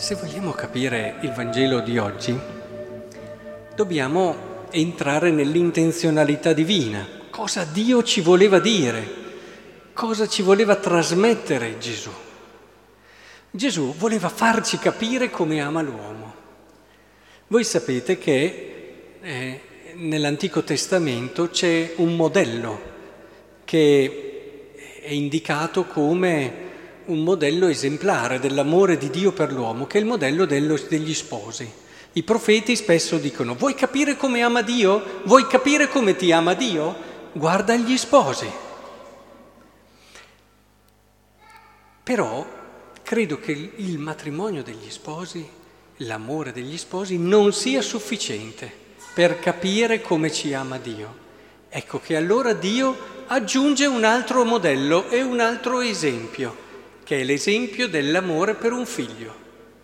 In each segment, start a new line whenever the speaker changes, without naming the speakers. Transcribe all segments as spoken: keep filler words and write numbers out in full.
Se vogliamo capire il Vangelo di oggi, dobbiamo entrare nell'intenzionalità divina. Cosa Dio ci voleva dire? Cosa ci voleva trasmettere Gesù? Gesù voleva farci capire come ama l'uomo. Voi sapete che eh, nell'Antico Testamento c'è un modello che è indicato come un modello esemplare dell'amore di Dio per l'uomo, che è il modello dello, degli sposi. I profeti spesso dicono: vuoi capire come ama Dio? Vuoi capire come ti ama Dio? Guarda gli sposi. Però credo che il matrimonio degli sposi, l'amore degli sposi, non sia sufficiente per capire come ci ama Dio. Ecco che allora Dio aggiunge un altro modello e un altro esempio, che è l'esempio dell'amore per un figlio.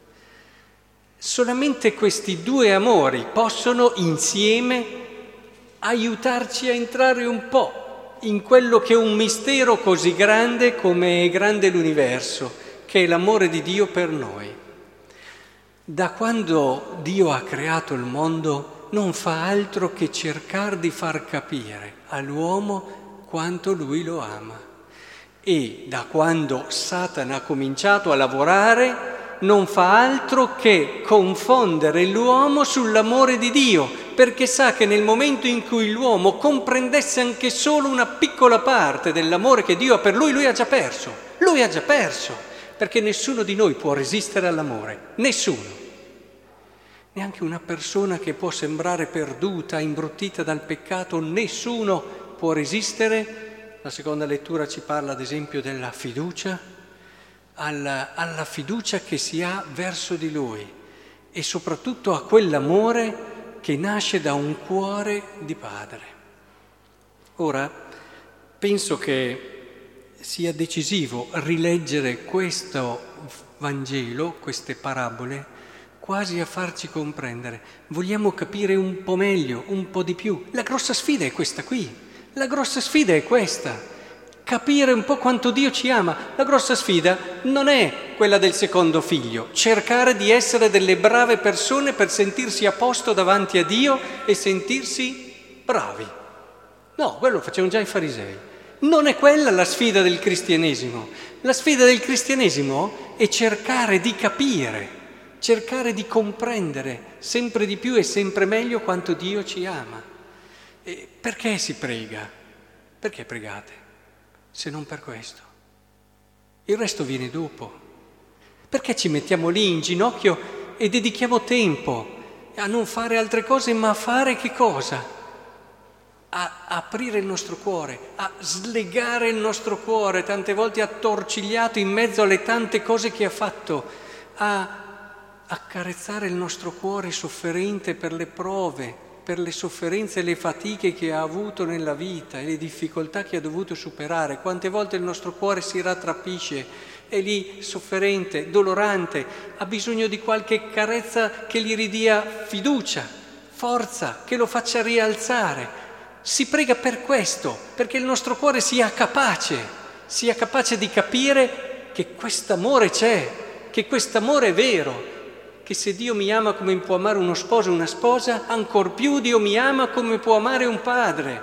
Solamente questi due amori possono insieme aiutarci a entrare un po' in quello che è un mistero così grande come è grande l'universo, che è l'amore di Dio per noi. Da quando Dio ha creato il mondo non fa altro che cercare di far capire all'uomo quanto lui lo ama. E da quando Satana ha cominciato a lavorare non fa altro che confondere l'uomo sull'amore di Dio, perché sa che nel momento in cui l'uomo comprendesse anche solo una piccola parte dell'amore che Dio ha per lui, lui ha già perso. Lui ha già perso, perché nessuno di noi può resistere all'amore, nessuno. Neanche una persona che può sembrare perduta, imbruttita dal peccato, nessuno può resistere. La seconda lettura ci parla ad esempio della fiducia, alla, alla fiducia che si ha verso di Lui e soprattutto a quell'amore che nasce da un cuore di padre. Ora, penso che sia decisivo rileggere questo Vangelo, queste parabole, quasi a farci comprendere. Vogliamo capire un po' meglio, un po' di più. La grossa sfida è questa qui. La grossa sfida è questa, capire un po' quanto Dio ci ama. La grossa sfida non è quella del secondo figlio, cercare di essere delle brave persone per sentirsi a posto davanti a Dio e sentirsi bravi. No, quello lo facevano già i farisei. Non è quella la sfida del cristianesimo. La sfida del cristianesimo è cercare di capire, cercare di comprendere sempre di più e sempre meglio quanto Dio ci ama. E perché si prega? Perché pregate? Se non per questo. Il resto viene dopo. Perché ci mettiamo lì in ginocchio e dedichiamo tempo a non fare altre cose, ma a fare che cosa? A aprire il nostro cuore, a slegare il nostro cuore, tante volte attorcigliato in mezzo alle tante cose che ha fatto, a accarezzare il nostro cuore sofferente per le prove, per le sofferenze e le fatiche che ha avuto nella vita e le difficoltà che ha dovuto superare. Quante volte il nostro cuore si rattrappisce, è lì sofferente, dolorante, ha bisogno di qualche carezza che gli ridia fiducia, forza, che lo faccia rialzare. Si prega per questo, perché il nostro cuore sia capace, sia capace di capire che quest'amore c'è, che quest'amore è vero, che se Dio mi ama come può amare uno sposo o una sposa, ancor più Dio mi ama come può amare un padre,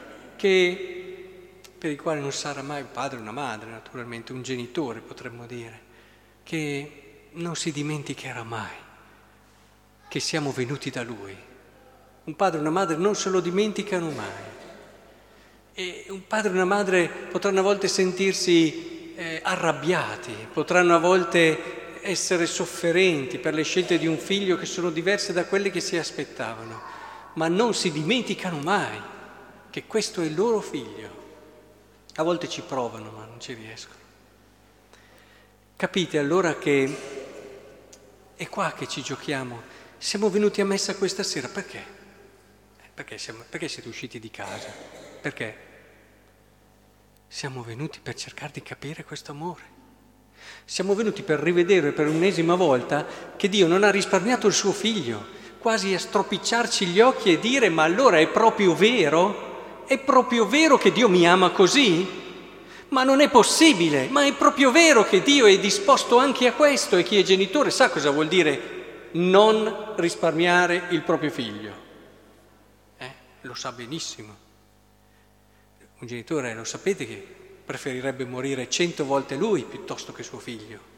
che, per il quale non sarà mai un padre o una madre, naturalmente, un genitore potremmo dire, che non si dimenticherà mai che siamo venuti da Lui. Un padre e una madre non se lo dimenticano mai. E un padre e una madre potranno a volte sentirsi eh, arrabbiati, potranno a volte essere sofferenti per le scelte di un figlio che sono diverse da quelle che si aspettavano, ma non si dimenticano mai che questo è il loro figlio. A volte ci provano, ma non ci riescono. Capite allora che è qua che ci giochiamo. Siamo venuti a messa questa sera, perché? Perché, siamo, perché siete usciti di casa? Perché? Siamo venuti per cercare di capire questo amore. Siamo venuti per rivedere per l'ennesima volta che Dio non ha risparmiato il suo figlio, quasi a stropicciarci gli occhi e dire: ma allora è proprio vero? È proprio vero che Dio mi ama così? Ma non è possibile, ma è proprio vero che Dio è disposto anche a questo, e chi è genitore sa cosa vuol dire non risparmiare il proprio figlio. Eh, lo sa benissimo. Un genitore, lo sapete che preferirebbe morire cento volte lui piuttosto che suo figlio.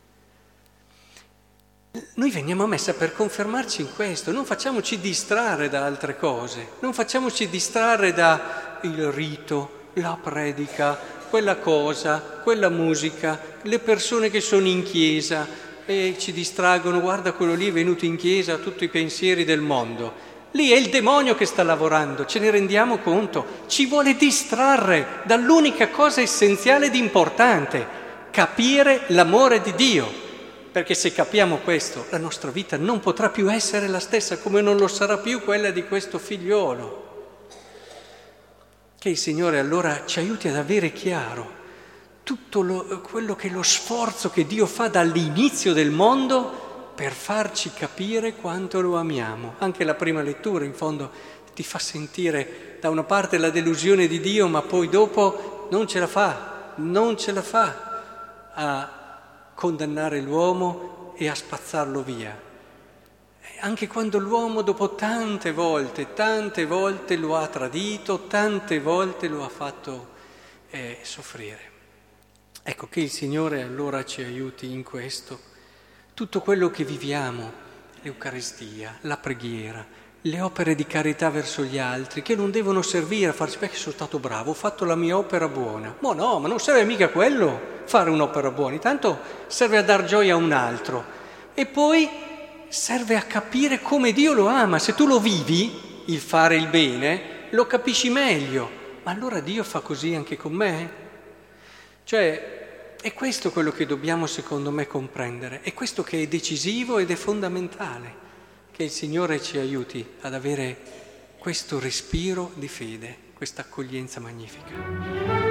Noi veniamo a messa per confermarci in questo, non facciamoci distrarre da altre cose, non facciamoci distrarre da il rito, la predica, quella cosa, quella musica, le persone che sono in chiesa e ci distraggono, guarda quello lì è venuto in chiesa, ha tutti i pensieri del mondo. Lì è il demonio che sta lavorando, ce ne rendiamo conto, ci vuole distrarre dall'unica cosa essenziale ed importante, capire l'amore di Dio. Perché se capiamo questo, la nostra vita non potrà più essere la stessa, come non lo sarà più quella di questo figliolo. Che il Signore allora ci aiuti ad avere chiaro tutto lo, quello che è lo sforzo che Dio fa dall'inizio del mondo per farci capire quanto lo amiamo. Anche la prima lettura in fondo ti fa sentire da una parte la delusione di Dio, ma poi dopo non ce la fa, non ce la fa a condannare l'uomo e a spazzarlo via. Anche quando l'uomo dopo tante volte, tante volte lo ha tradito, tante volte lo ha fatto eh, soffrire. Ecco, che il Signore allora ci aiuti in questo. Tutto quello che viviamo, l'Eucaristia, la preghiera, le opere di carità verso gli altri, che non devono servire a farci, perché sono stato bravo, ho fatto la mia opera buona. Ma no, ma non serve mica quello, fare un'opera buona, intanto serve a dar gioia a un altro. E poi serve a capire come Dio lo ama. Se tu lo vivi, il fare il bene, lo capisci meglio. Ma allora Dio fa così anche con me? Cioè, è questo quello che dobbiamo, secondo me, comprendere. È questo che è decisivo ed è fondamentale. Che il Signore ci aiuti ad avere questo respiro di fede, questa accoglienza magnifica.